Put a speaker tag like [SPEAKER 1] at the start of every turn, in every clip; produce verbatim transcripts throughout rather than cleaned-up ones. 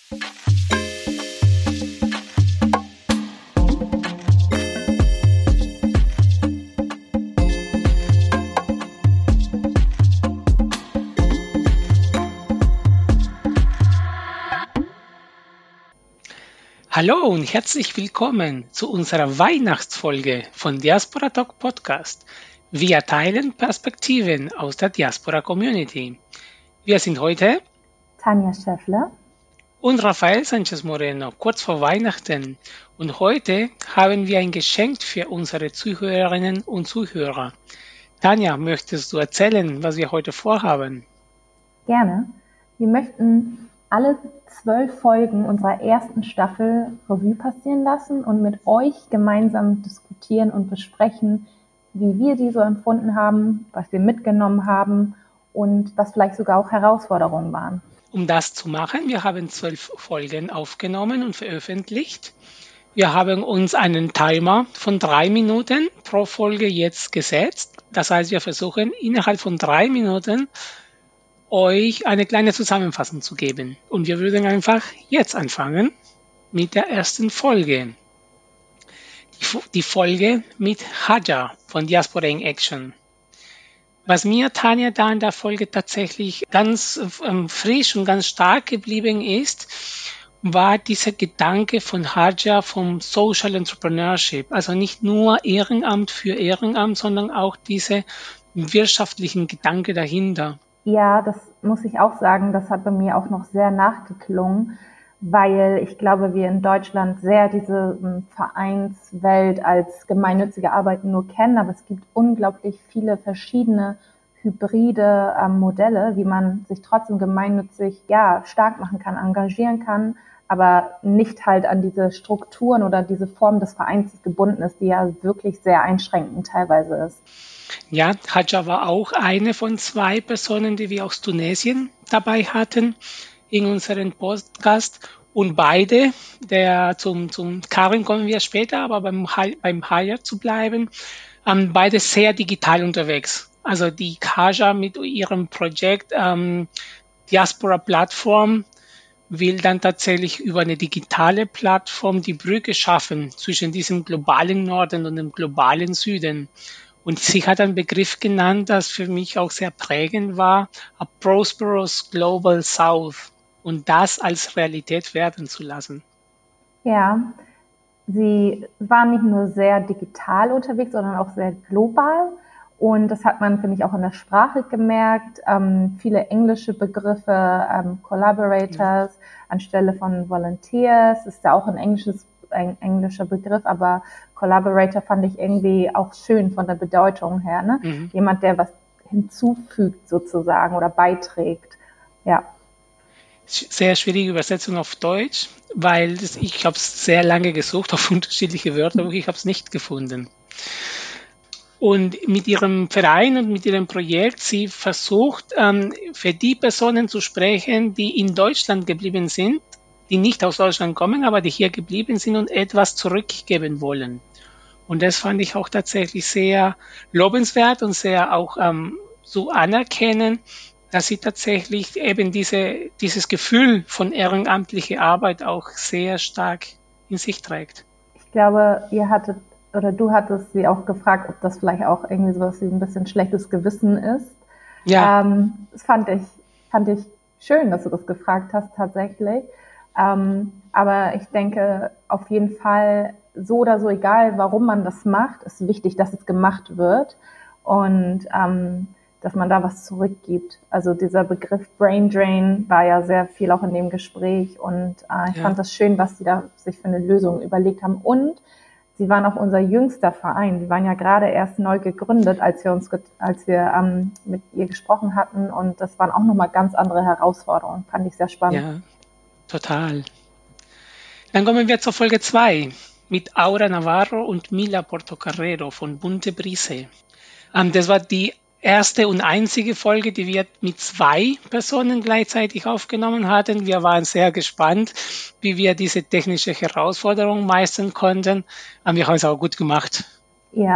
[SPEAKER 1] Hallo und herzlich willkommen zu unserer Weihnachtsfolge von Diaspora Talk Podcast. Wir teilen Perspektiven aus der Diaspora Community. Wir sind heute
[SPEAKER 2] Tanja Schäffler
[SPEAKER 1] und Rafael Sanchez Moreno, kurz vor Weihnachten. Und heute haben wir ein Geschenk für unsere Zuhörerinnen und Zuhörer. Tanja, möchtest du erzählen, was wir heute vorhaben?
[SPEAKER 2] Gerne. Wir möchten alle zwölf Folgen unserer ersten Staffel Revue passieren lassen und mit euch gemeinsam diskutieren und besprechen, wie wir die so empfunden haben, was wir mitgenommen haben und was vielleicht sogar auch Herausforderungen waren.
[SPEAKER 1] Um das zu machen, wir haben zwölf Folgen aufgenommen und veröffentlicht. Wir haben uns einen Timer von drei Minuten pro Folge jetzt gesetzt. Das heißt, wir versuchen innerhalb von drei Minuten euch eine kleine Zusammenfassung zu geben. Und wir würden einfach jetzt anfangen mit der ersten Folge. Die, die Folge mit Hajar von Diaspora in Action. Was mir, Tanja, da in der Folge tatsächlich ganz ähm, frisch und ganz stark geblieben ist, war dieser Gedanke von Hajar vom Social Entrepreneurship. Also nicht nur Ehrenamt für Ehrenamt, sondern auch diese wirtschaftlichen Gedanke dahinter.
[SPEAKER 2] Ja, das muss ich auch sagen, das hat bei mir auch noch sehr nachgeklungen, weil ich glaube, wir in Deutschland sehr diese Vereinswelt als gemeinnützige Arbeit nur kennen, aber es gibt unglaublich viele verschiedene hybride äh, Modelle, wie man sich trotzdem gemeinnützig ja stark machen kann, engagieren kann, aber nicht halt an diese Strukturen oder diese Form des Vereins gebunden ist, die ja wirklich sehr einschränkend teilweise ist.
[SPEAKER 1] Ja, Hajar war auch eine von zwei Personen, die wir aus Tunesien dabei hatten in unserem Podcast. Und beide, der zum, zum Karin kommen wir später, aber beim, beim Hajar zu bleiben, ähm, beide sehr digital unterwegs. Also die Hajar mit ihrem Projekt ähm, Diaspora Plattform will dann tatsächlich über eine digitale Plattform die Brücke schaffen zwischen diesem globalen Norden und dem globalen Süden. Und sie hat einen Begriff genannt, das für mich auch sehr prägend war, a prosperous global south, und das als Realität werden zu lassen.
[SPEAKER 2] Ja, sie war nicht nur sehr digital unterwegs, sondern auch sehr global. Und das hat man, finde ich, auch in der Sprache gemerkt. Ähm, viele englische Begriffe, ähm, Collaborators ja. anstelle von Volunteers, ist ja auch ein englisches ein englischer Begriff, aber Collaborator fand ich irgendwie auch schön von der Bedeutung her, ne? Mhm. Jemand, der was hinzufügt sozusagen oder beiträgt, ja.
[SPEAKER 1] Sehr schwierige Übersetzung auf Deutsch, weil das, ich habe es sehr lange gesucht auf unterschiedliche Wörter, aber ich habe es nicht gefunden. Und mit ihrem Verein und mit ihrem Projekt, sie versucht, ähm, für die Personen zu sprechen, die in Deutschland geblieben sind, die nicht aus Deutschland kommen, aber die hier geblieben sind und etwas zurückgeben wollen. Und das fand ich auch tatsächlich sehr lobenswert und sehr auch ähm, so anerkennen, dass sie tatsächlich eben diese, dieses Gefühl von ehrenamtlicher Arbeit auch sehr stark in sich trägt.
[SPEAKER 2] Ich glaube, ihr hattet, oder du hattest sie auch gefragt, ob das vielleicht auch irgendwie sowas wie ein bisschen schlechtes Gewissen ist. Ja. Ähm, das fand ich, fand ich schön, dass du das gefragt hast, tatsächlich. Ähm, aber ich denke, auf jeden Fall, so oder so, egal warum man das macht, ist wichtig, dass es gemacht wird und ähm, dass man da was zurückgibt. Also dieser Begriff Brain Drain war ja sehr viel auch in dem Gespräch und äh, ich ja. fand das schön, was sie da sich für eine Lösung überlegt haben. Und sie waren auch unser jüngster Verein. Sie waren ja gerade erst neu gegründet, als wir uns, als wir ähm, mit ihr gesprochen hatten, und das waren auch nochmal ganz andere Herausforderungen. Fand ich sehr spannend.
[SPEAKER 1] Ja. Total. Dann kommen wir zur Folge zwei mit Aura Navarro und Mila Portocarrero von Bunte Brise. Ähm, das war die erste und einzige Folge, die wir mit zwei Personen gleichzeitig aufgenommen hatten. Wir waren sehr gespannt, wie wir diese technische Herausforderung meistern konnten. Aber wir haben es auch gut gemacht.
[SPEAKER 2] Ja,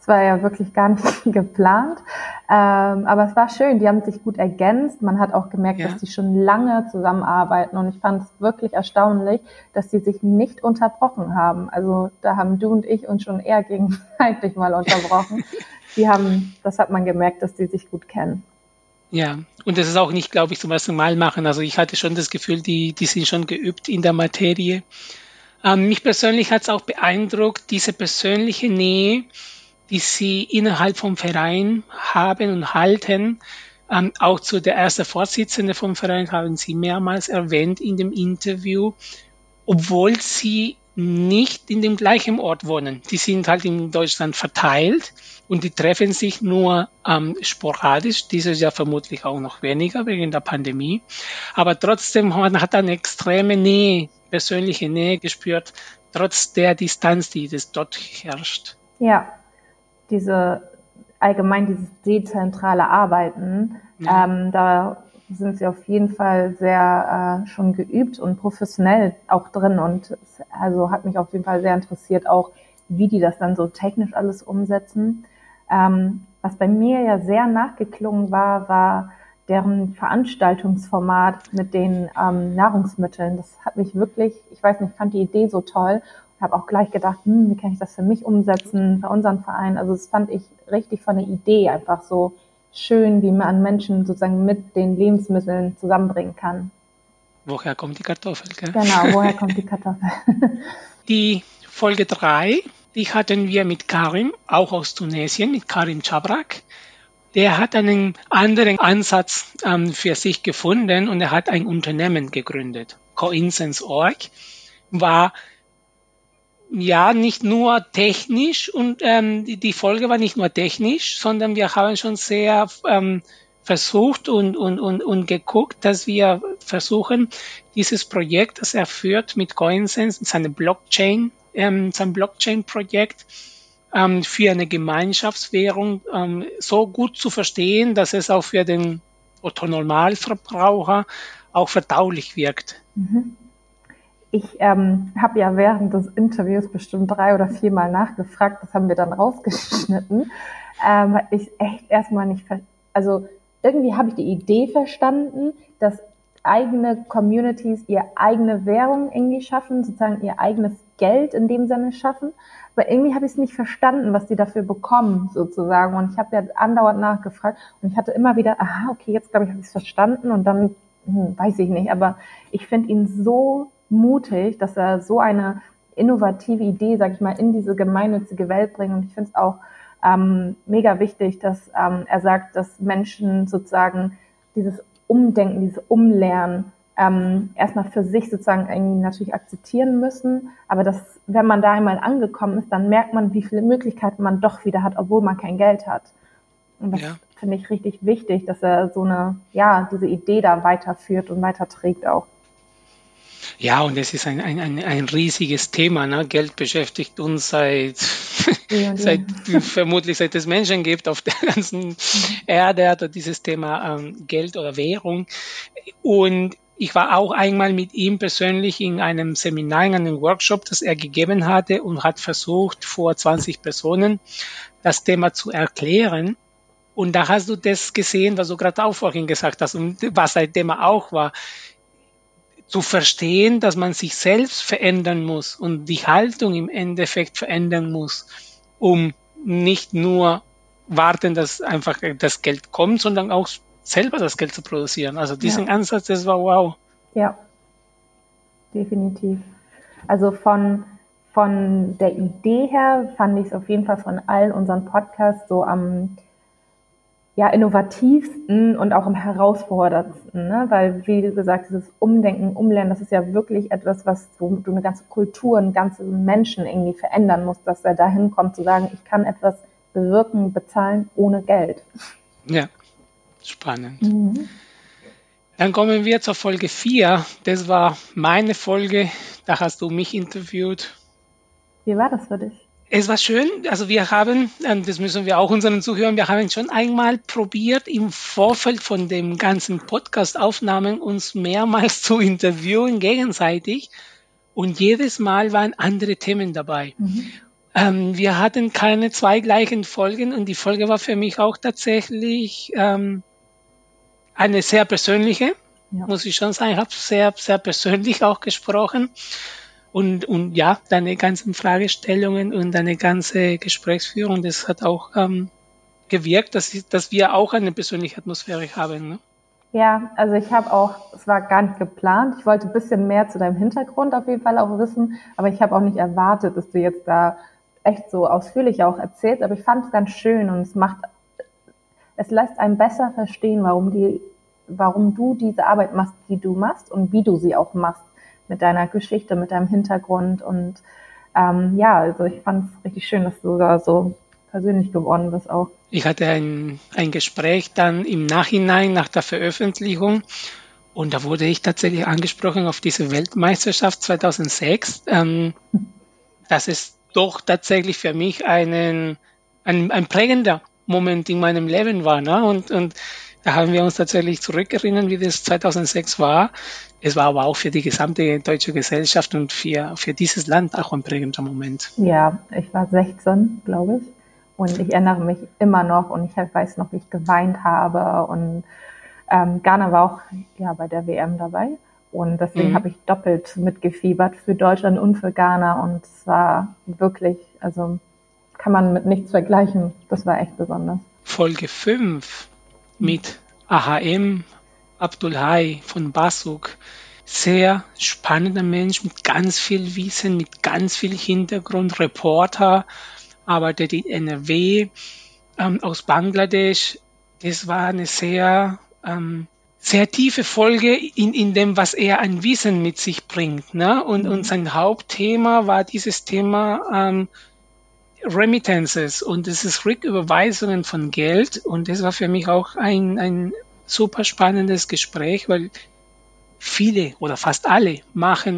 [SPEAKER 2] Es war ja wirklich gar nicht geplant. Ähm, aber es war schön, die haben sich gut ergänzt. Man hat auch gemerkt, ja. dass die schon lange zusammenarbeiten. Und ich fand es wirklich erstaunlich, dass die sich nicht unterbrochen haben. Also da haben du und ich uns schon eher gegenseitig mal unterbrochen. Die haben, das hat man gemerkt, dass die sich gut kennen.
[SPEAKER 1] Ja, und das ist auch nicht, glaube ich, zum ersten Mal machen. Also ich hatte schon das Gefühl, die, die sind schon geübt in der Materie. Ähm, mich persönlich hat es auch beeindruckt, diese persönliche Nähe, die sie innerhalb vom Verein haben und halten. Ähm, auch zu der ersten Vorsitzende vom Verein haben sie mehrmals erwähnt in dem Interview, obwohl sie nicht in dem gleichen Ort wohnen. Die sind halt in Deutschland verteilt und die treffen sich nur ähm, sporadisch. Dieses Jahr vermutlich auch noch weniger wegen der Pandemie. Aber trotzdem, man hat eine extreme Nähe, persönliche Nähe gespürt, trotz der Distanz, die das dort herrscht.
[SPEAKER 2] Ja, diese allgemein dieses dezentrale Arbeiten, ja. ähm, da sind sie auf jeden Fall sehr äh, schon geübt und professionell auch drin und es, also hat mich auf jeden Fall sehr interessiert auch, wie die das dann so technisch alles umsetzen. Ähm, was bei mir ja sehr nachgeklungen war, war deren Veranstaltungsformat mit den ähm, Nahrungsmitteln. Das hat mich wirklich, ich weiß nicht, ich fand die Idee so toll. Ich habe auch gleich gedacht, hm, wie kann ich das für mich umsetzen, für unseren Verein. Also das fand ich richtig von der Idee einfach so schön, wie man Menschen sozusagen mit den Lebensmitteln zusammenbringen kann.
[SPEAKER 1] Woher kommt die Kartoffel? Gell?
[SPEAKER 2] Genau, woher kommt die Kartoffel?
[SPEAKER 1] Die Folge drei, die hatten wir mit Karim, auch aus Tunesien, mit Karim Chabrak. Der hat einen anderen Ansatz ähm, für sich gefunden und er hat ein Unternehmen gegründet. Coinsense Punkt org war ja nicht nur technisch und ähm, die, die Folge war nicht nur technisch, sondern wir haben schon sehr ähm, versucht und, und, und, und geguckt, dass wir versuchen, dieses Projekt, das er führt mit Coinsense, seine Blockchain, ähm, sein Blockchain-Projekt ähm, für eine Gemeinschaftswährung ähm, so gut zu verstehen, dass es auch für den Otto-Normalverbraucher auch verdaulich wirkt.
[SPEAKER 2] Mhm. Ich ähm, habe ja während des Interviews bestimmt drei oder viermal nachgefragt, das haben wir dann rausgeschnitten, ähm, weil ich echt erstmal nicht, ver- also irgendwie habe ich die Idee verstanden, dass eigene Communities ihre eigene Währung irgendwie schaffen, sozusagen ihr eigenes Geld in dem Sinne schaffen, aber irgendwie habe ich es nicht verstanden, was die dafür bekommen sozusagen und ich habe ja andauernd nachgefragt und ich hatte immer wieder, aha, okay, jetzt glaube ich, habe ich es verstanden und dann hm, weiß ich nicht, aber ich finde ihn so mutig, dass er so eine innovative Idee, sag ich mal, in diese gemeinnützige Welt bringt. Und ich finde es auch ähm, mega wichtig, dass ähm, er sagt, dass Menschen sozusagen dieses Umdenken, dieses Umlernen ähm, erstmal für sich sozusagen irgendwie natürlich akzeptieren müssen. Aber dass, wenn man da einmal angekommen ist, dann merkt man, wie viele Möglichkeiten man doch wieder hat, obwohl man kein Geld hat. Und das ja. finde ich richtig wichtig, dass er so eine, ja, diese Idee da weiterführt und weiterträgt auch.
[SPEAKER 1] Ja, und es ist ein, ein, ein, ein riesiges Thema. Ne? Geld beschäftigt uns seit, ja, seit ja. vermutlich seit es Menschen gibt auf der ganzen mhm. Erde, also dieses Thema ähm, Geld oder Währung. Und ich war auch einmal mit ihm persönlich in einem Seminar, in einem Workshop, das er gegeben hatte und hat versucht, vor zwanzig Personen das Thema zu erklären. Und da hast du das gesehen, was du gerade auch vorhin gesagt hast und was sein Thema auch war. Zu verstehen, dass man sich selbst verändern muss und die Haltung im Endeffekt verändern muss, um nicht nur warten, dass einfach das Geld kommt, sondern auch selber das Geld zu produzieren. Also diesen ja. Ansatz, das war wow.
[SPEAKER 2] Ja, definitiv. Also von, von der Idee her fand ich es auf jeden Fall von allen unseren Podcasts so am ja, innovativsten und auch am herausforderndsten, ne? Weil, wie gesagt, dieses Umdenken, Umlernen, das ist ja wirklich etwas, was du, du eine ganze Kultur, einen ganzen Menschen irgendwie verändern musst, dass er dahin kommt zu sagen, ich kann etwas bewirken, bezahlen ohne Geld.
[SPEAKER 1] Ja, spannend. Mhm. Dann kommen wir zur Folge vier. Das war meine Folge, da hast du mich interviewt.
[SPEAKER 2] Wie war das für dich?
[SPEAKER 1] Es war schön, also wir haben, das müssen wir auch unseren Zuhörern, wir haben schon einmal probiert, im Vorfeld von dem ganzen Podcast-Aufnahmen uns mehrmals zu interviewen, gegenseitig. Und jedes Mal waren andere Themen dabei. Mhm. Ähm, wir hatten keine zwei gleichen Folgen und die Folge war für mich auch tatsächlich ähm, eine sehr persönliche, ja. muss ich schon sagen. Ich habe sehr, sehr persönlich auch gesprochen. Und, und ja, deine ganzen Fragestellungen und deine ganze Gesprächsführung, das hat auch ähm, gewirkt, dass, ich, dass wir auch eine persönliche Atmosphäre haben. Ne?
[SPEAKER 2] Ja, also ich habe auch, es war gar nicht geplant, ich wollte ein bisschen mehr zu deinem Hintergrund auf jeden Fall auch wissen, aber ich habe auch nicht erwartet, dass du jetzt da echt so ausführlich auch erzählst, aber ich fand es ganz schön und es macht, es lässt einem besser verstehen, warum die, warum du diese Arbeit machst, die du machst und wie du sie auch machst mit deiner Geschichte, mit deinem Hintergrund und ähm, ja, also ich fand es richtig schön, dass du da so persönlich geworden bist auch.
[SPEAKER 1] Ich hatte ein, ein Gespräch dann im Nachhinein nach der Veröffentlichung und da wurde ich tatsächlich angesprochen auf diese Weltmeisterschaft zweitausendsechs. Ähm, das ist doch tatsächlich für mich einen, ein, ein prägender Moment in meinem Leben war. Ne? Und, und da haben wir uns tatsächlich zurückerinnert, wie das zweitausendsechs war. Es war aber auch für die gesamte deutsche Gesellschaft und für, für dieses Land auch ein prägender Moment.
[SPEAKER 2] Ja, ich war sechzehn, glaube ich. Und ich erinnere mich immer noch und ich weiß noch, wie ich geweint habe. Und ähm, Ghana war auch ja bei der W M dabei. Und deswegen mhm. habe ich doppelt mitgefiebert für Deutschland und für Ghana. Und es war wirklich, also kann man mit nichts vergleichen. Das war echt besonders.
[SPEAKER 1] Folge fünf mit A H M, Abdulhai von Basuk. Sehr spannender Mensch mit ganz viel Wissen, mit ganz viel Hintergrund, Reporter, arbeitet in N R W, ähm, aus Bangladesch. Das war eine sehr, ähm, sehr tiefe Folge in, in dem, was er an Wissen mit sich bringt. Ne? Und, mhm. und sein Hauptthema war dieses Thema ähm, Remittances und das ist Rücküberweisungen von Geld. Und das war für mich auch ein, ein super spannendes Gespräch, weil viele oder fast alle machen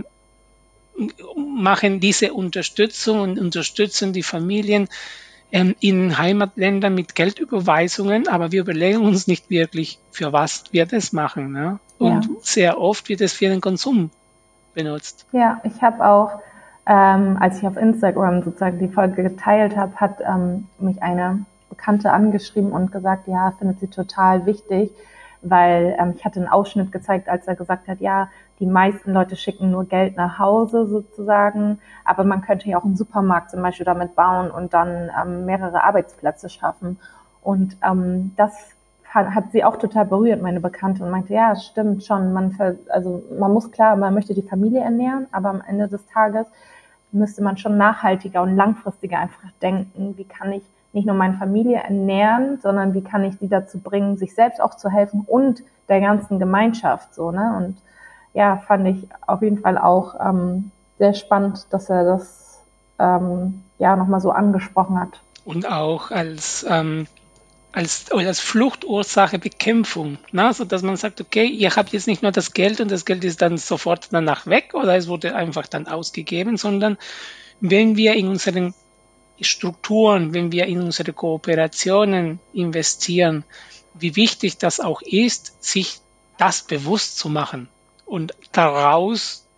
[SPEAKER 1] machen diese Unterstützung und unterstützen die Familien ähm, in Heimatländern mit Geldüberweisungen, aber wir überlegen uns nicht wirklich, für was wir das machen. Ne? Und ja. sehr oft wird es für den Konsum benutzt.
[SPEAKER 2] Ja, ich habe auch, ähm, als ich auf Instagram sozusagen die Folge geteilt habe, hat ähm, mich eine Bekannte angeschrieben und gesagt, ja, findet sie total wichtig, weil ähm, ich hatte einen Ausschnitt gezeigt, als er gesagt hat, ja, die meisten Leute schicken nur Geld nach Hause sozusagen, aber man könnte ja auch einen Supermarkt zum Beispiel damit bauen und dann ähm, mehrere Arbeitsplätze schaffen. Und ähm, das hat, hat sie auch total berührt, meine Bekannte, und meinte, ja, stimmt schon, man, ver, also man muss klar, man möchte die Familie ernähren, aber am Ende des Tages müsste man schon nachhaltiger und langfristiger einfach denken, wie kann ich nicht nur meine Familie ernähren, sondern wie kann ich die dazu bringen, sich selbst auch zu helfen und der ganzen Gemeinschaft, so, ne, und ja, fand ich auf jeden Fall auch ähm, sehr spannend, dass er das ähm, ja nochmal so angesprochen hat.
[SPEAKER 1] Und auch als ähm, als als Fluchtursache Bekämpfung, ne? So dass man sagt, okay, ihr habt jetzt nicht nur das Geld und das Geld ist dann sofort danach weg oder es wurde einfach dann ausgegeben, sondern wenn wir in unseren Strukturen, wenn wir in unsere Kooperationen investieren, wie wichtig das auch ist, sich das bewusst zu machen. Und daraus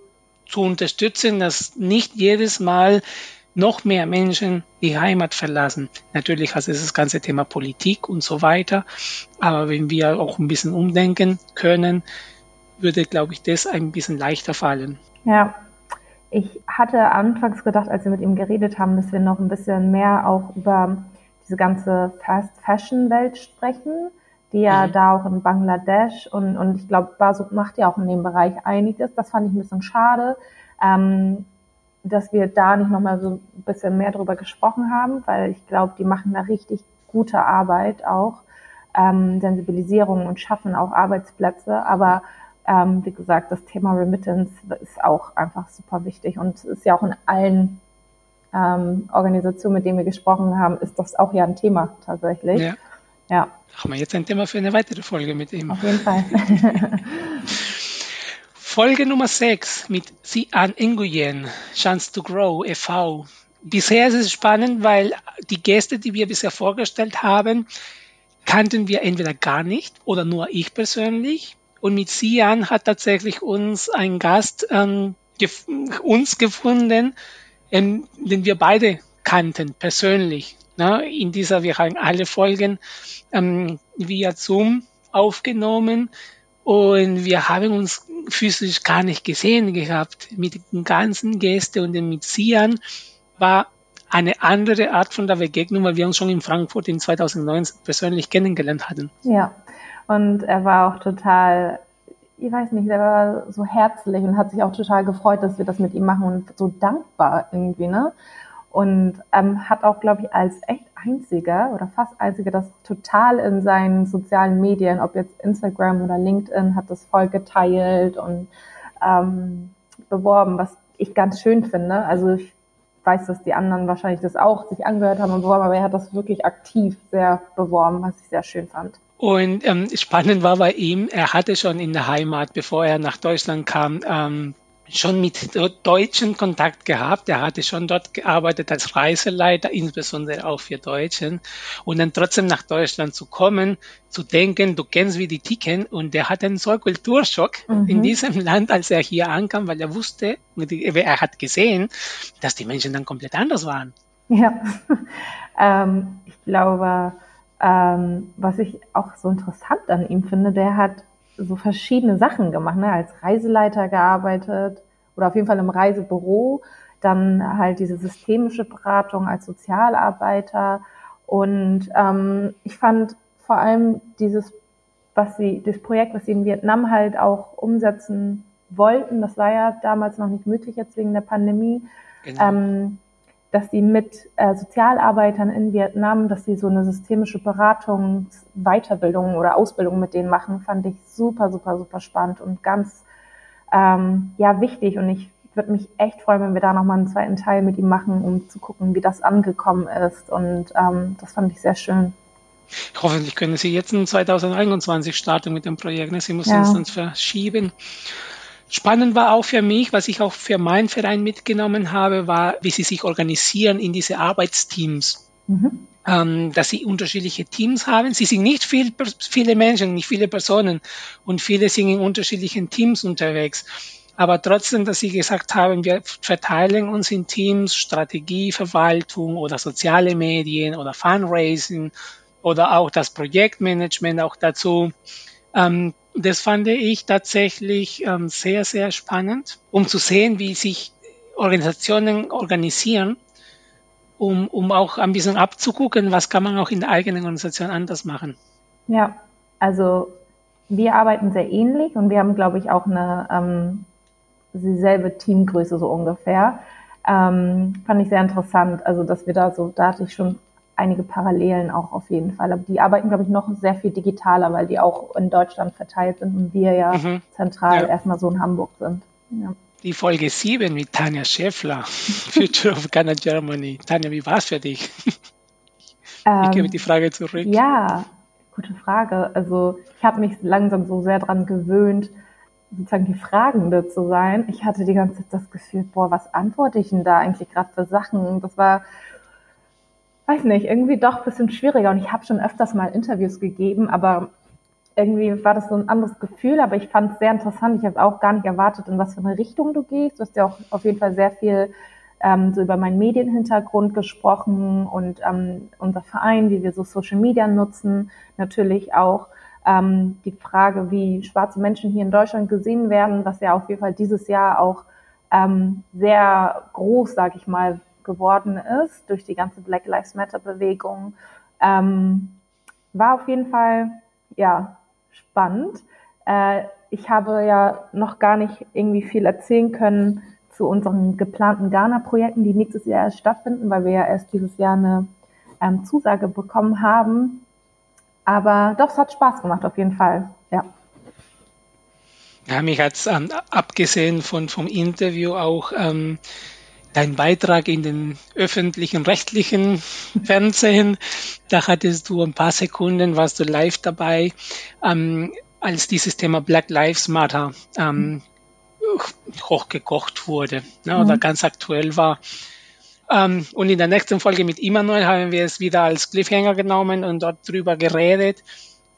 [SPEAKER 1] zu unterstützen, dass nicht jedes Mal noch mehr Menschen die Heimat verlassen. Natürlich hat es das ganze Thema Politik und so weiter, aber wenn wir auch ein bisschen umdenken können, würde, glaube ich, das ein bisschen leichter fallen.
[SPEAKER 2] Ja, ich hatte anfangs gedacht, als wir mit ihm geredet haben, dass wir noch ein bisschen mehr auch über diese ganze Fast-Fashion-Welt sprechen, die ja mhm. da auch in Bangladesch und, und ich glaube, Basuk macht ja auch in dem Bereich einiges. Das fand ich ein bisschen schade, ähm, dass wir da nicht nochmal so ein bisschen mehr drüber gesprochen haben, weil ich glaube, die machen da richtig gute Arbeit auch, ähm, Sensibilisierung und schaffen auch Arbeitsplätze. Aber ähm, wie gesagt, das Thema Remittance ist auch einfach super wichtig und es ist ja auch in allen ähm, Organisationen, mit denen wir gesprochen haben, ist das auch ja ein Thema tatsächlich.
[SPEAKER 1] Ja.
[SPEAKER 2] Ja.
[SPEAKER 1] Haben wir jetzt ein Thema für eine weitere Folge mit ihm.
[SPEAKER 2] Auf jeden Fall.
[SPEAKER 1] Folge Nummer sechs mit Sian Nguyen, Chance to Grow e V. Bisher ist es spannend, weil die Gäste, die wir bisher vorgestellt haben, kannten wir entweder gar nicht oder nur ich persönlich. Und mit Sian hat tatsächlich uns ein Gast ähm, gef- uns gefunden, ähm, den wir beide kannten, persönlich. Ne? In dieser, wir haben alle Folgen ähm, via Zoom aufgenommen und wir haben uns physisch gar nicht gesehen gehabt. Mit den ganzen Gästen und den Mitziehern war eine andere Art von der Begegnung, weil wir uns schon in Frankfurt in zweitausendneunzehn persönlich kennengelernt hatten.
[SPEAKER 2] Ja, und er war auch total, ich weiß nicht, er war so herzlich und hat sich auch total gefreut, dass wir das mit ihm machen und so dankbar irgendwie, ne? Und ähm, hat auch, glaube ich, als echt einziger oder fast einziger das total in seinen sozialen Medien, ob jetzt Instagram oder LinkedIn, hat das voll geteilt und ähm, beworben, was ich ganz schön finde. Also ich weiß, dass die anderen wahrscheinlich das auch sich angehört haben und beworben, aber er hat das wirklich aktiv sehr beworben, was ich sehr schön fand.
[SPEAKER 1] Und ähm, spannend war bei ihm, er hatte schon in der Heimat, bevor er nach Deutschland kam, ähm, schon mit Deutschen Kontakt gehabt. Er hatte schon dort gearbeitet als Reiseleiter, insbesondere auch für Deutschen. Und dann trotzdem nach Deutschland zu kommen, zu denken, du kennst, wie die ticken. Und der hatte einen so einen Kulturschock mhm. in diesem Land, als er hier ankam, weil er wusste, er hat gesehen, dass die Menschen dann komplett anders waren.
[SPEAKER 2] Ja, ähm, ich glaube, ähm, was ich auch so interessant an ihm finde, der hat so verschiedene Sachen gemacht, ne? Als Reiseleiter gearbeitet oder auf jeden Fall im Reisebüro, dann halt diese systemische Beratung als Sozialarbeiter und ähm, ich fand vor allem dieses, was sie, das Projekt, was sie in Vietnam halt auch umsetzen wollten, das war ja damals noch nicht möglich jetzt wegen der Pandemie, genau. ähm, dass sie mit äh, Sozialarbeitern in Vietnam, dass sie so eine systemische Beratung, Weiterbildung oder Ausbildung mit denen machen, fand ich super, super, super spannend und ganz ähm, ja wichtig. Und ich würde mich echt freuen, wenn wir da nochmal einen zweiten Teil mit ihm machen, um zu gucken, wie das angekommen ist. Und ähm, das fand ich sehr schön.
[SPEAKER 1] Hoffentlich können Sie jetzt in zweitausendeinundzwanzig starten mit dem Projekt. Ne? Sie müssen ja. es dann verschieben. Spannend war auch für mich, was ich auch für meinen Verein mitgenommen habe, war, wie sie sich organisieren in diese Arbeitsteams. Mhm. Ähm, dass sie unterschiedliche Teams haben. Sie sind nicht viel, viele Menschen, nicht viele Personen und viele sind in unterschiedlichen Teams unterwegs. Aber trotzdem, dass sie gesagt haben, wir verteilen uns in Teams, Strategie, Verwaltung oder soziale Medien oder Fundraising oder auch das Projektmanagement auch dazu. Ähm, Das fand ich tatsächlich ähm, sehr, sehr spannend, um zu sehen, wie sich Organisationen organisieren, um, um auch ein bisschen abzugucken, was kann man auch in der eigenen Organisation anders machen.
[SPEAKER 2] Ja, also wir arbeiten sehr ähnlich und wir haben, glaube ich, auch eine ähm, dieselbe Teamgröße so ungefähr. Ähm, fand ich sehr interessant, also dass wir da so, da hatte ich schon einige Parallelen auch auf jeden Fall. Aber die arbeiten, glaube ich, noch sehr viel digitaler, weil die auch in Deutschland verteilt sind und wir ja mhm. zentral ja. erstmal so in Hamburg sind. Ja.
[SPEAKER 1] Die Folge sieben mit Tanja Schäffler, Future of Ghana Germany. Tanja, wie war es für dich? Ähm, ich gebe die Frage zurück.
[SPEAKER 2] Ja, gute Frage. Also ich habe mich langsam so sehr dran gewöhnt, sozusagen die Fragende zu sein. Ich hatte die ganze Zeit das Gefühl, boah, was antworte ich denn da eigentlich gerade für Sachen? Das war weiß nicht, irgendwie doch ein bisschen schwieriger und ich habe schon öfters mal Interviews gegeben, aber irgendwie war das so ein anderes Gefühl, aber ich fand es sehr interessant. Ich habe auch gar nicht erwartet, in was für eine Richtung du gehst. Du hast ja auch auf jeden Fall sehr viel ähm, so über meinen Medienhintergrund gesprochen und ähm, unser Verein, wie wir so Social Media nutzen, natürlich auch ähm, die Frage, wie schwarze Menschen hier in Deutschland gesehen werden, was ja auf jeden Fall dieses Jahr auch ähm, sehr groß, sage ich mal, geworden ist durch die ganze Black Lives Matter Bewegung, ähm, war auf jeden Fall ja spannend. Äh, ich habe ja noch gar nicht irgendwie viel erzählen können zu unseren geplanten Ghana-Projekten, die nächstes Jahr erst stattfinden, weil wir ja erst dieses Jahr eine ähm, Zusage bekommen haben. Aber doch, es hat Spaß gemacht auf jeden Fall. Ja.
[SPEAKER 1] Ja, mich hat's ähm, abgesehen von vom Interview auch ähm, dein Beitrag in den öffentlichen, rechtlichen Fernsehen, da hattest du ein paar Sekunden, warst du live dabei, ähm, als dieses Thema Black Lives Matter ähm, hochgekocht wurde, ne, mhm. oder ganz aktuell war. Ähm, und in der nächsten Folge mit Immanuel haben wir es wieder als Cliffhanger genommen und dort drüber geredet.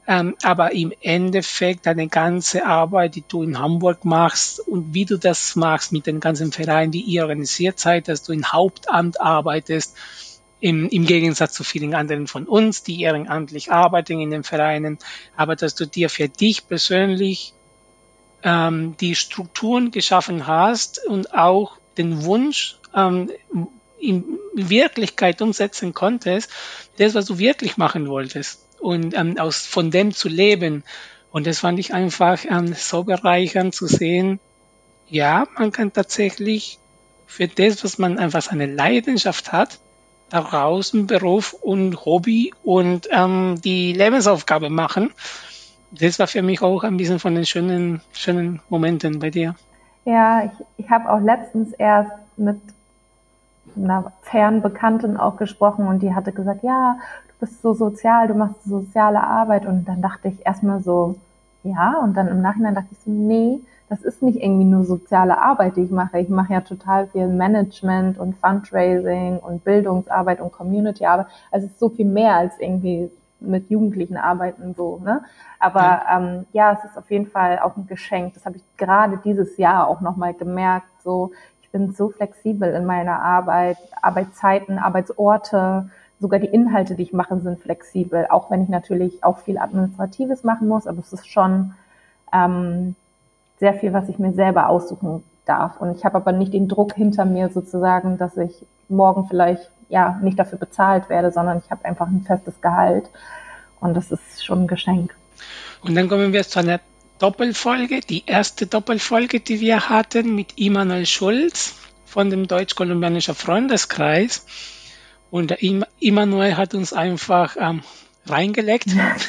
[SPEAKER 1] Ähm, aber im Endeffekt deine ganze Arbeit, die du in Hamburg machst und wie du das machst mit den ganzen Vereinen, die ihr organisiert seid, dass du im Hauptamt arbeitest, im, im Gegensatz zu vielen anderen von uns, die ehrenamtlich arbeiten in den Vereinen, aber dass du dir für dich persönlich ähm, die Strukturen geschaffen hast und auch den Wunsch ähm, in Wirklichkeit umsetzen konntest, das, was du wirklich machen wolltest und ähm, aus von dem zu leben. Und das fand ich einfach ähm, so bereichernd zu sehen, ja, man kann tatsächlich für das, was man einfach seine Leidenschaft hat, daraus einen Beruf und Hobby und ähm, die Lebensaufgabe machen. Das war für mich auch ein bisschen von den schönen, schönen Momenten bei dir.
[SPEAKER 2] Ja, ich, ich habe auch letztens erst mit einer fernen Bekannten auch gesprochen und die hatte gesagt, ja, du bist so sozial, du machst soziale Arbeit. Und dann dachte ich erstmal so, ja, und dann im Nachhinein dachte ich so, nee, das ist nicht irgendwie nur soziale Arbeit, die ich mache. Ich mache ja total viel Management und Fundraising und Bildungsarbeit und Communityarbeit. Also es ist so viel mehr als irgendwie mit Jugendlichen arbeiten so, ne? Aber ja, ähm, ja, es ist auf jeden Fall auch ein Geschenk. Das habe ich gerade dieses Jahr auch nochmal gemerkt. So, ich bin so flexibel in meiner Arbeit, Arbeitszeiten, Arbeitsorte, sogar die Inhalte, die ich mache, sind flexibel. Auch wenn ich natürlich auch viel Administratives machen muss, aber es ist schon ähm, sehr viel, was ich mir selber aussuchen darf. Und ich habe aber nicht den Druck hinter mir sozusagen, dass ich morgen vielleicht ja nicht dafür bezahlt werde, sondern ich habe einfach ein festes Gehalt. Und das ist schon ein Geschenk.
[SPEAKER 1] Und dann kommen wir zu einer Doppelfolge, die erste Doppelfolge, die wir hatten mit Immanuel Schulz von dem Deutsch-Kolumbianischen Freundeskreis. Und der Immanuel hat uns einfach ähm, reingeleckt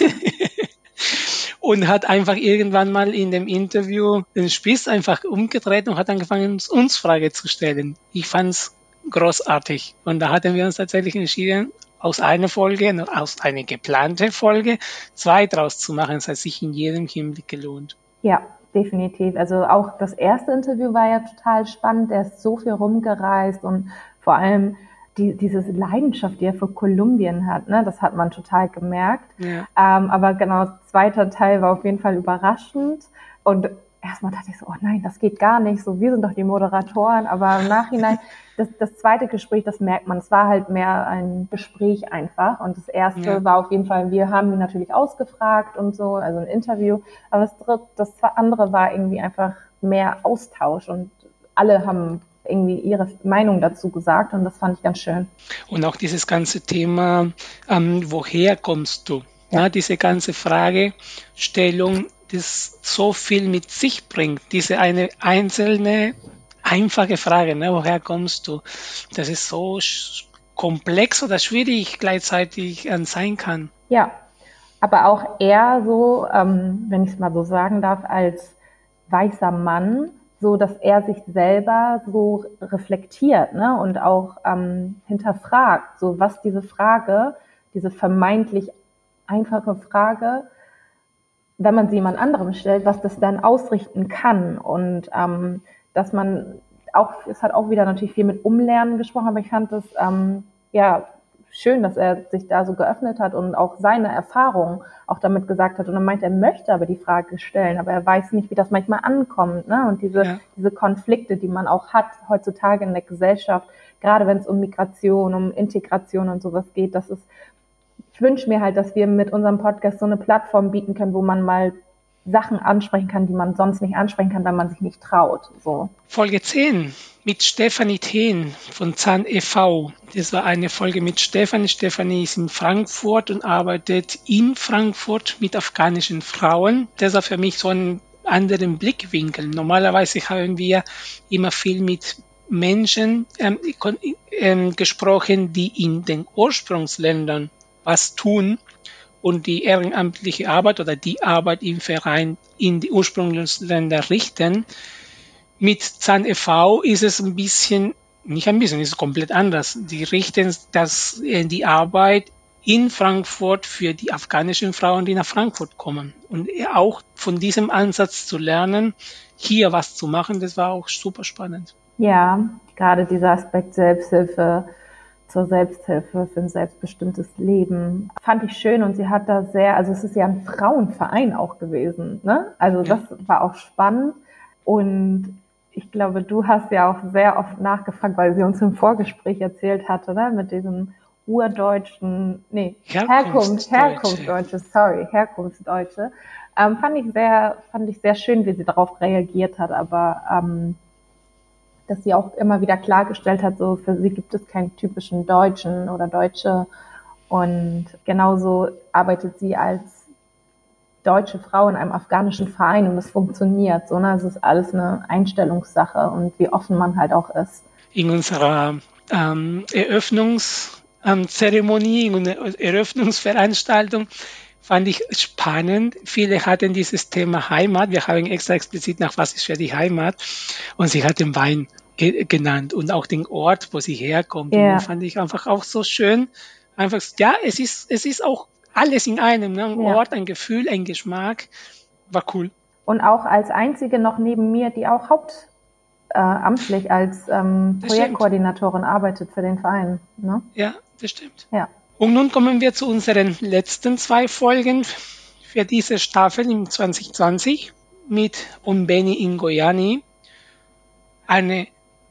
[SPEAKER 1] und hat einfach irgendwann mal in dem Interview den Spieß einfach umgedreht und hat angefangen, uns Fragen zu stellen. Ich fand's großartig. Und da hatten wir uns tatsächlich entschieden, aus einer Folge, aus einer geplanten Folge, zwei draus zu machen. Das hat sich in jedem Hinblick gelohnt.
[SPEAKER 2] Ja, definitiv. Also auch das erste Interview war ja total spannend. Er ist so viel rumgereist und vor allem die, diese Leidenschaft, die er für Kolumbien hat, ne, das hat man total gemerkt. Ja. Ähm, aber genau, zweiter Teil war auf jeden Fall überraschend. Und erstmal dachte ich so, oh nein, das geht gar nicht. So, wir sind doch die Moderatoren. Aber im Nachhinein, das, das zweite Gespräch, das merkt man. Es war halt mehr ein Gespräch einfach. Und das erste ja. war auf jeden Fall, wir haben ihn natürlich ausgefragt und so, also ein Interview. Aber das dritte, das andere war irgendwie einfach mehr Austausch und alle haben irgendwie ihre Meinung dazu gesagt und das fand ich ganz schön.
[SPEAKER 1] Und auch dieses ganze Thema, ähm, woher kommst du? Ja. Na, diese ganze Fragestellung, das so viel mit sich bringt, diese eine einzelne, einfache Frage, ne, woher kommst du? Das ist so sch- komplex oder schwierig gleichzeitig äh, sein kann.
[SPEAKER 2] Ja, aber auch eher so, ähm, wenn ich es mal so sagen darf, als weißer Mann, so dass er sich selber so reflektiert, ne, und auch ähm, hinterfragt, so was diese Frage, diese vermeintlich einfache Frage, wenn man sie jemand anderem stellt, was das dann ausrichten kann und ähm, dass man auch, es hat auch wieder natürlich viel mit Umlernen gesprochen, aber ich fand das ähm, ja schön, dass er sich da so geöffnet hat und auch seine Erfahrungen auch damit gesagt hat. Und er meint, er möchte aber die Frage stellen, aber er weiß nicht, wie das manchmal ankommt, ne? Und diese, ja. diese Konflikte, die man auch hat heutzutage in der Gesellschaft, gerade wenn es um Migration, um Integration und sowas geht, das ist, ich wünsche mir halt, dass wir mit unserem Podcast so eine Plattform bieten können, wo man mal Sachen ansprechen kann, die man sonst nicht ansprechen kann, weil man sich nicht traut. So.
[SPEAKER 1] Folge zehn mit Stefanie Thehn von Zahn e V. Das war eine Folge mit Stefanie. Stefanie ist in Frankfurt und arbeitet in Frankfurt mit afghanischen Frauen. Das war für mich so ein anderen Blickwinkel. Normalerweise haben wir immer viel mit Menschen ähm, ähm, gesprochen, die in den Ursprungsländern was tun und die ehrenamtliche Arbeit oder die Arbeit im Verein in die Ursprungsländer richten. Mit Zahn e V ist es ein bisschen, nicht ein bisschen, ist es komplett anders. Die richten das, die Arbeit in Frankfurt für die afghanischen Frauen, die nach Frankfurt kommen. Und auch von diesem Ansatz zu lernen, hier was zu machen, das war auch super spannend.
[SPEAKER 2] Ja, gerade dieser Aspekt Selbsthilfe zur Selbsthilfe, für ein selbstbestimmtes Leben. Fand ich schön und sie hat da sehr, also es ist ja ein Frauenverein auch gewesen, ne? Also das war auch spannend und ich glaube, du hast ja auch sehr oft nachgefragt, weil sie uns im Vorgespräch erzählt hatte, ne? Mit diesem urdeutschen, nee, Herkunft, Herkunftsdeutsche, sorry, Herkunftsdeutsche. Ähm, fand ich sehr, fand ich sehr schön, wie sie darauf reagiert hat, aber ähm, dass sie auch immer wieder klargestellt hat, so für sie gibt es keinen typischen Deutschen oder Deutsche und genauso arbeitet sie als deutsche Frau in einem afghanischen Verein und es funktioniert so, ne? Es ist alles eine Einstellungssache und wie offen man halt auch ist.
[SPEAKER 1] In unserer ähm, Eröffnungszeremonie, in unserer Eröffnungsveranstaltung fand ich spannend. Viele hatten dieses Thema Heimat. Wir haben extra explizit nach was ist für die Heimat. Und sie hat den Wein ge- genannt und auch den Ort, wo sie herkommt. Yeah. Und das fand ich einfach auch so schön. Einfach, ja, es ist, es ist auch alles in einem, ne? Ein yeah. Ort, ein Gefühl, ein Geschmack. War cool.
[SPEAKER 2] Und auch als einzige noch neben mir, die auch hauptamtlich äh, als ähm, Projektkoordinatorin stimmt. arbeitet für den Verein. Ne?
[SPEAKER 1] Ja, das stimmt.
[SPEAKER 2] Ja.
[SPEAKER 1] Und nun kommen wir zu unseren letzten zwei Folgen für diese Staffel im zwanzig zwanzig mit Ombeni Ngoyani. Eine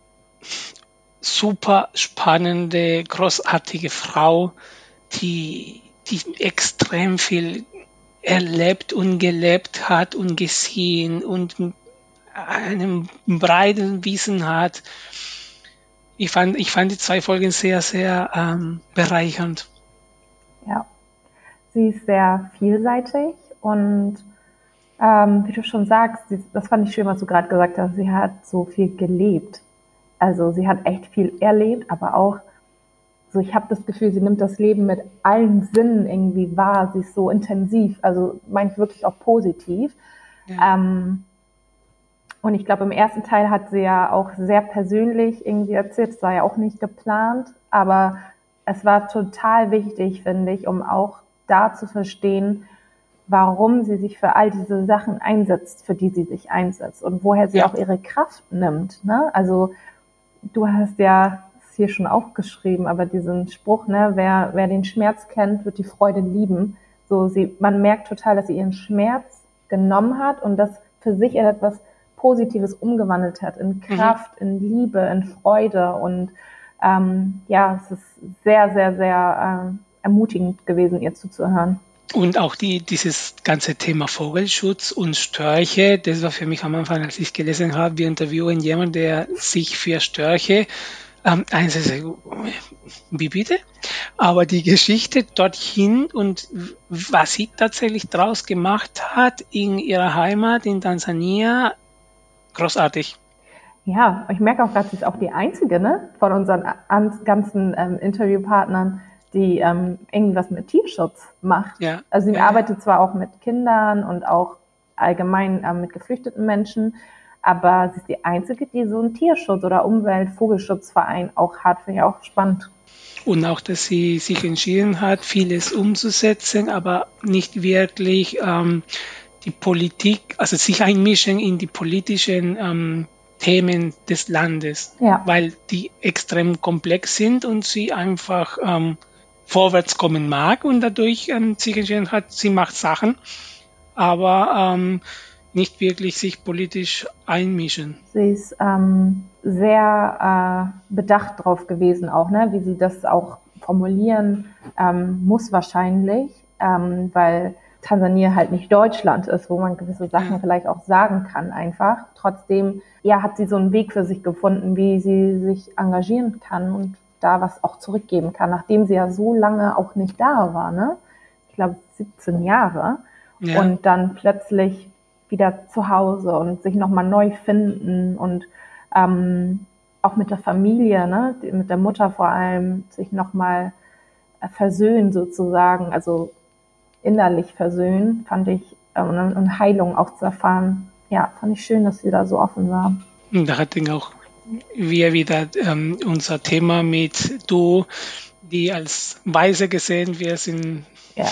[SPEAKER 1] super spannende, großartige Frau, die, die extrem viel erlebt und gelebt hat und gesehen und einen breiten Wissen hat. Ich fand, ich fand die zwei Folgen sehr, sehr ähm, bereichernd.
[SPEAKER 2] Ja, sie ist sehr vielseitig und ähm, wie du schon sagst, sie, das fand ich schön, was du gerade gesagt hast, sie hat so viel gelebt. Also sie hat echt viel erlebt, aber auch so, ich habe das Gefühl, sie nimmt das Leben mit allen Sinnen irgendwie wahr, sie ist so intensiv, also meint wirklich auch positiv. Ja. Ähm, und ich glaube, im ersten Teil hat sie ja auch sehr persönlich irgendwie erzählt, es war ja auch nicht geplant, aber es war total wichtig, finde ich, um auch da zu verstehen, warum sie sich für all diese Sachen einsetzt, für die sie sich einsetzt und woher sie ja. auch ihre Kraft nimmt. Ne? Also du hast ja es hier schon aufgeschrieben, aber diesen Spruch, ne, wer, wer den Schmerz kennt, wird die Freude lieben. So, sie, man merkt total, dass sie ihren Schmerz genommen hat und das für sich in etwas Positives umgewandelt hat, in Kraft, mhm. in Liebe, in Freude und ähm, ja, es ist sehr, sehr, sehr äh, ermutigend gewesen, ihr zuzuhören.
[SPEAKER 1] Und auch die, dieses ganze Thema Vogelschutz und Störche, das war für mich am Anfang, als ich gelesen habe, wir interviewen jemanden, der sich für Störche ähm, einsetzt. Wie bitte? Aber die Geschichte dorthin und was sie tatsächlich draus gemacht hat in ihrer Heimat in Tansania, großartig.
[SPEAKER 2] Ja, ich merke auch gerade, sie ist auch die einzige, ne, von unseren ganzen ähm, Interviewpartnern, die ähm, irgendwas mit Tierschutz macht. Ja. Also sie ja. arbeitet zwar auch mit Kindern und auch allgemein ähm, mit geflüchteten Menschen, aber sie ist die einzige, die so einen Tierschutz- oder Umwelt-Vogelschutzverein auch hat. Finde ich auch spannend.
[SPEAKER 1] Und auch, dass sie sich entschieden hat, vieles umzusetzen, aber nicht wirklich ähm, die Politik, also sich einmischen in die politischen ähm, Themen des Landes, ja. weil die extrem komplex sind und sie einfach ähm, vorwärts kommen mag und dadurch ähm, sich entschieden hat, sie macht Sachen, aber ähm, nicht wirklich sich politisch einmischen.
[SPEAKER 2] Sie ist ähm, sehr äh, bedacht drauf gewesen auch, ne, wie sie das auch formulieren ähm, muss wahrscheinlich, ähm, weil Tansania halt nicht Deutschland ist, wo man gewisse Sachen ja. vielleicht auch sagen kann einfach. Trotzdem, ja, hat sie so einen Weg für sich gefunden, wie sie sich engagieren kann und da was auch zurückgeben kann, nachdem sie ja so lange auch nicht da war, ne? Ich glaube siebzehn Jahre. Ja. Und dann plötzlich wieder zu Hause und sich nochmal neu finden und ähm, auch mit der Familie, ne, mit der Mutter vor allem, sich nochmal versöhnen sozusagen, also innerlich versöhnen, fand ich, ähm, und Heilung auch zu erfahren. Ja, fand ich schön, dass sie da so offen war.
[SPEAKER 1] Und da hatten auch wir wieder ähm, unser Thema mit du, die als Weise gesehen wirst in, ja.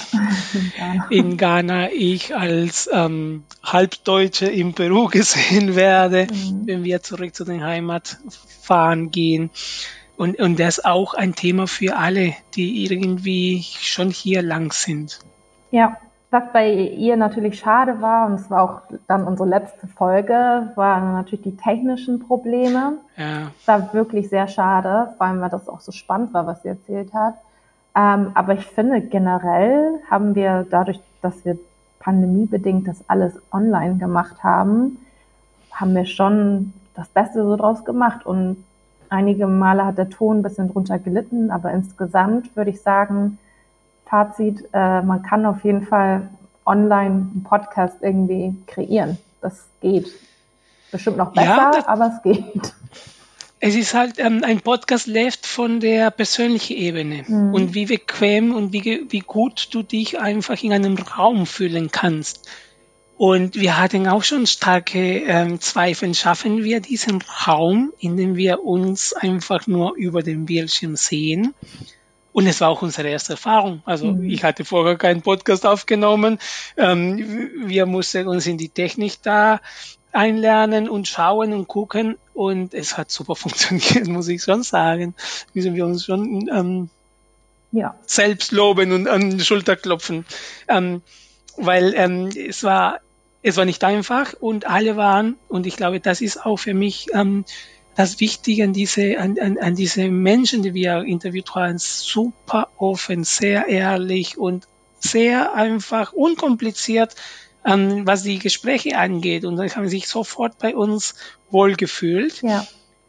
[SPEAKER 1] in Ghana, ich als ähm, Halbdeutsche in Peru gesehen werde, mhm. wenn wir zurück zu den Heimatfahren gehen. Und, und das ist auch ein Thema für alle, die irgendwie schon hier lang sind.
[SPEAKER 2] Ja, was bei ihr natürlich schade war, und es war auch dann unsere letzte Folge, waren natürlich die technischen Probleme.
[SPEAKER 1] Ja.
[SPEAKER 2] Es war wirklich sehr schade, vor allem weil das auch so spannend war, was sie erzählt hat. Ähm, aber ich finde, generell haben wir dadurch, dass wir pandemiebedingt das alles online gemacht haben, haben wir schon das Beste so draus gemacht. Und einige Male hat der Ton ein bisschen drunter gelitten, aber insgesamt würde ich sagen, Fazit, äh, man kann auf jeden Fall online einen Podcast irgendwie kreieren. Das geht. Bestimmt noch besser, ja, das, aber es geht.
[SPEAKER 1] Es ist halt, ähm, ein Podcast lebt von der persönlichen Ebene mhm. und wie bequem und wie, wie gut du dich einfach in einem Raum fühlen kannst. Und wir hatten auch schon starke ähm, Zweifel, schaffen wir diesen Raum, in dem wir uns einfach nur über den Bildschirm sehen. Und es war auch unsere erste Erfahrung. Also mhm. ich hatte vorher keinen Podcast aufgenommen. Ähm, wir mussten uns in die Technik da einlernen und schauen und gucken. Und es hat super funktioniert, muss ich schon sagen. Müssen wir uns schon ähm, ja. selbst loben und an die Schulter klopfen. Ähm, weil ähm, es war es war nicht einfach und alle waren, und ich glaube, das ist auch für mich ähm, das Wichtige an diese, an, an, an diese Menschen, die wir interviewt haben, super offen, sehr ehrlich und sehr einfach, unkompliziert, ähm, was die Gespräche angeht. Und dann haben sie sich sofort bei uns wohlgefühlt.
[SPEAKER 2] Ja.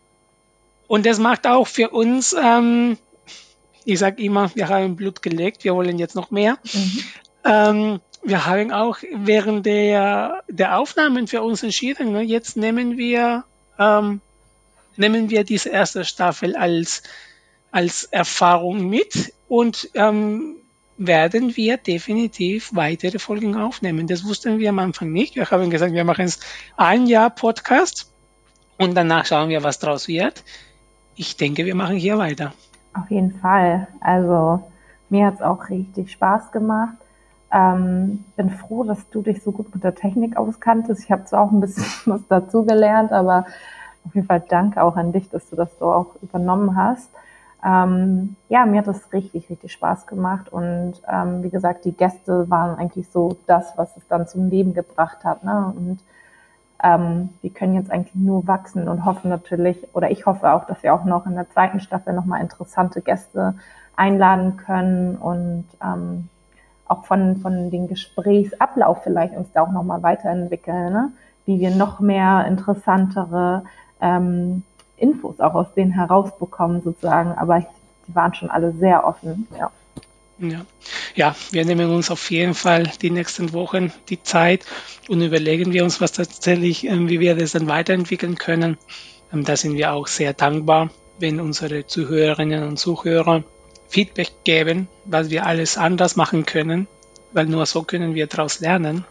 [SPEAKER 1] Und das macht auch für uns, ähm, ich sage immer, wir haben Blut gelegt, wir wollen jetzt noch mehr. Mhm. Ähm, wir haben auch während der, der Aufnahmen für uns entschieden, ne, jetzt nehmen wir, ähm, nehmen wir diese erste Staffel als, als Erfahrung mit und ähm, werden wir definitiv weitere Folgen aufnehmen. Das wussten wir am Anfang nicht. Wir haben gesagt, wir machen es ein Jahr Podcast und danach schauen wir, was draus wird. Ich denke, wir machen hier weiter.
[SPEAKER 2] Auf jeden Fall. Also mir hat es auch richtig Spaß gemacht. Ähm, bin froh, dass du dich so gut mit der Technik auskanntest. Ich habe zwar auch ein bisschen was dazugelernt, aber auf jeden Fall danke auch an dich, dass du das so auch übernommen hast. Ähm, ja, mir hat das richtig, richtig Spaß gemacht und ähm, wie gesagt, die Gäste waren eigentlich so das, was es dann zum Leben gebracht hat, ne? Und ähm, wir können jetzt eigentlich nur wachsen und hoffen natürlich, oder ich hoffe auch, dass wir auch noch in der zweiten Staffel nochmal interessante Gäste einladen können und ähm, auch von, von den Gesprächsablauf vielleicht uns da auch nochmal weiterentwickeln, ne? Wie wir noch mehr interessantere ähm, Infos auch aus denen herausbekommen sozusagen, aber die waren schon alle sehr offen, ja.
[SPEAKER 1] Ja. ja, wir nehmen uns auf jeden Fall die nächsten Wochen die Zeit und überlegen wir uns, was tatsächlich, ähm, wie wir das dann weiterentwickeln können. Ähm, da sind wir auch sehr dankbar, wenn unsere Zuhörerinnen und Zuhörer Feedback geben, was wir alles anders machen können, weil nur so können wir daraus lernen.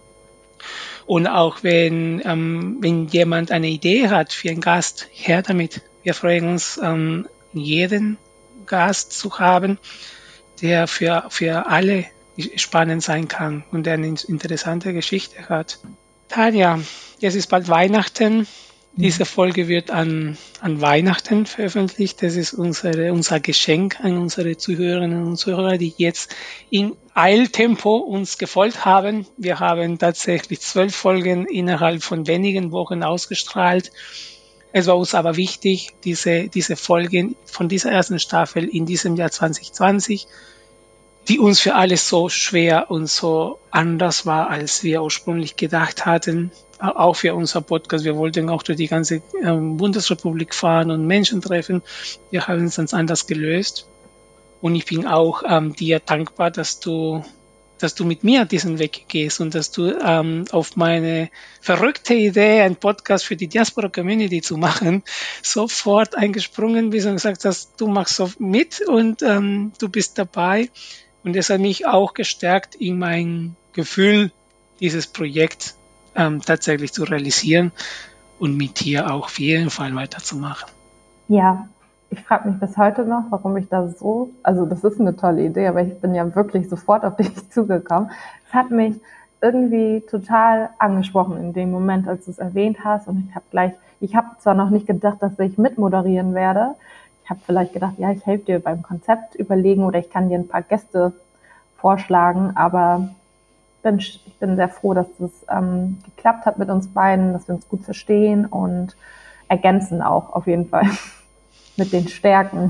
[SPEAKER 1] Und auch wenn, ähm, wenn jemand eine Idee hat für einen Gast, her damit. Wir freuen uns, ähm, jeden Gast zu haben, der für, für alle spannend sein kann und der eine interessante Geschichte hat. Tanja, jetzt ist bald Weihnachten. Diese Folge wird an, an Weihnachten veröffentlicht. Das ist unsere, unser Geschenk an unsere Zuhörerinnen und Zuhörer, die jetzt in Eiltempo uns gefolgt haben. Wir haben tatsächlich zwölf Folgen innerhalb von wenigen Wochen ausgestrahlt. Es war uns aber wichtig, diese, diese Folgen von dieser ersten Staffel in diesem Jahr zwanzig zwanzig, die uns für alles so schwer und so anders war, als wir ursprünglich gedacht hatten, auch für unser Podcast. Wir wollten auch durch die ganze ähm, Bundesrepublik fahren und Menschen treffen. Wir haben es ganz anders gelöst. Und ich bin auch ähm, dir dankbar, dass du, dass du mit mir diesen Weg gehst und dass du ähm, auf meine verrückte Idee, einen Podcast für die Diaspora Community zu machen, sofort eingesprungen bist und gesagt hast, du machst so mit und ähm, du bist dabei. Und das hat mich auch gestärkt in mein Gefühl, dieses Projekt ähm, tatsächlich zu realisieren und mit dir auch auf jeden Fall weiterzumachen.
[SPEAKER 2] Ja, ich frage mich bis heute noch, warum ich da so, also das ist eine tolle Idee, aber ich bin ja wirklich sofort auf dich zugekommen. Es hat mich irgendwie total angesprochen in dem Moment, als du es erwähnt hast und ich habe gleich, ich habe zwar noch nicht gedacht, dass ich mitmoderieren werde, ich habe vielleicht gedacht, ja, ich helfe dir beim Konzept überlegen oder ich kann dir ein paar Gäste vorschlagen, aber bin, ich bin sehr froh, dass das ähm, geklappt hat mit uns beiden, dass wir uns gut verstehen und ergänzen auch auf jeden Fall mit den Stärken.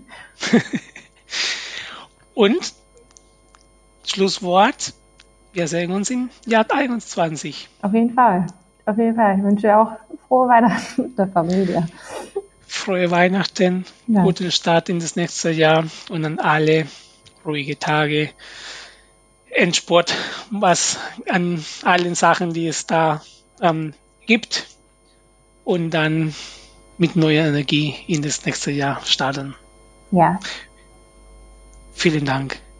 [SPEAKER 1] Und Schlusswort, wir sehen uns im Jahr einundzwanzig.
[SPEAKER 2] Auf jeden Fall, auf jeden Fall. Ich wünsche dir auch frohe Weihnachten mit der Familie.
[SPEAKER 1] Frohe Weihnachten, ja. Guten Start in das nächste Jahr und an alle ruhige Tage, Endspurt, was an allen Sachen, die es da ähm, gibt und dann mit neuer Energie in das nächste Jahr starten.
[SPEAKER 2] Ja.
[SPEAKER 1] Vielen Dank.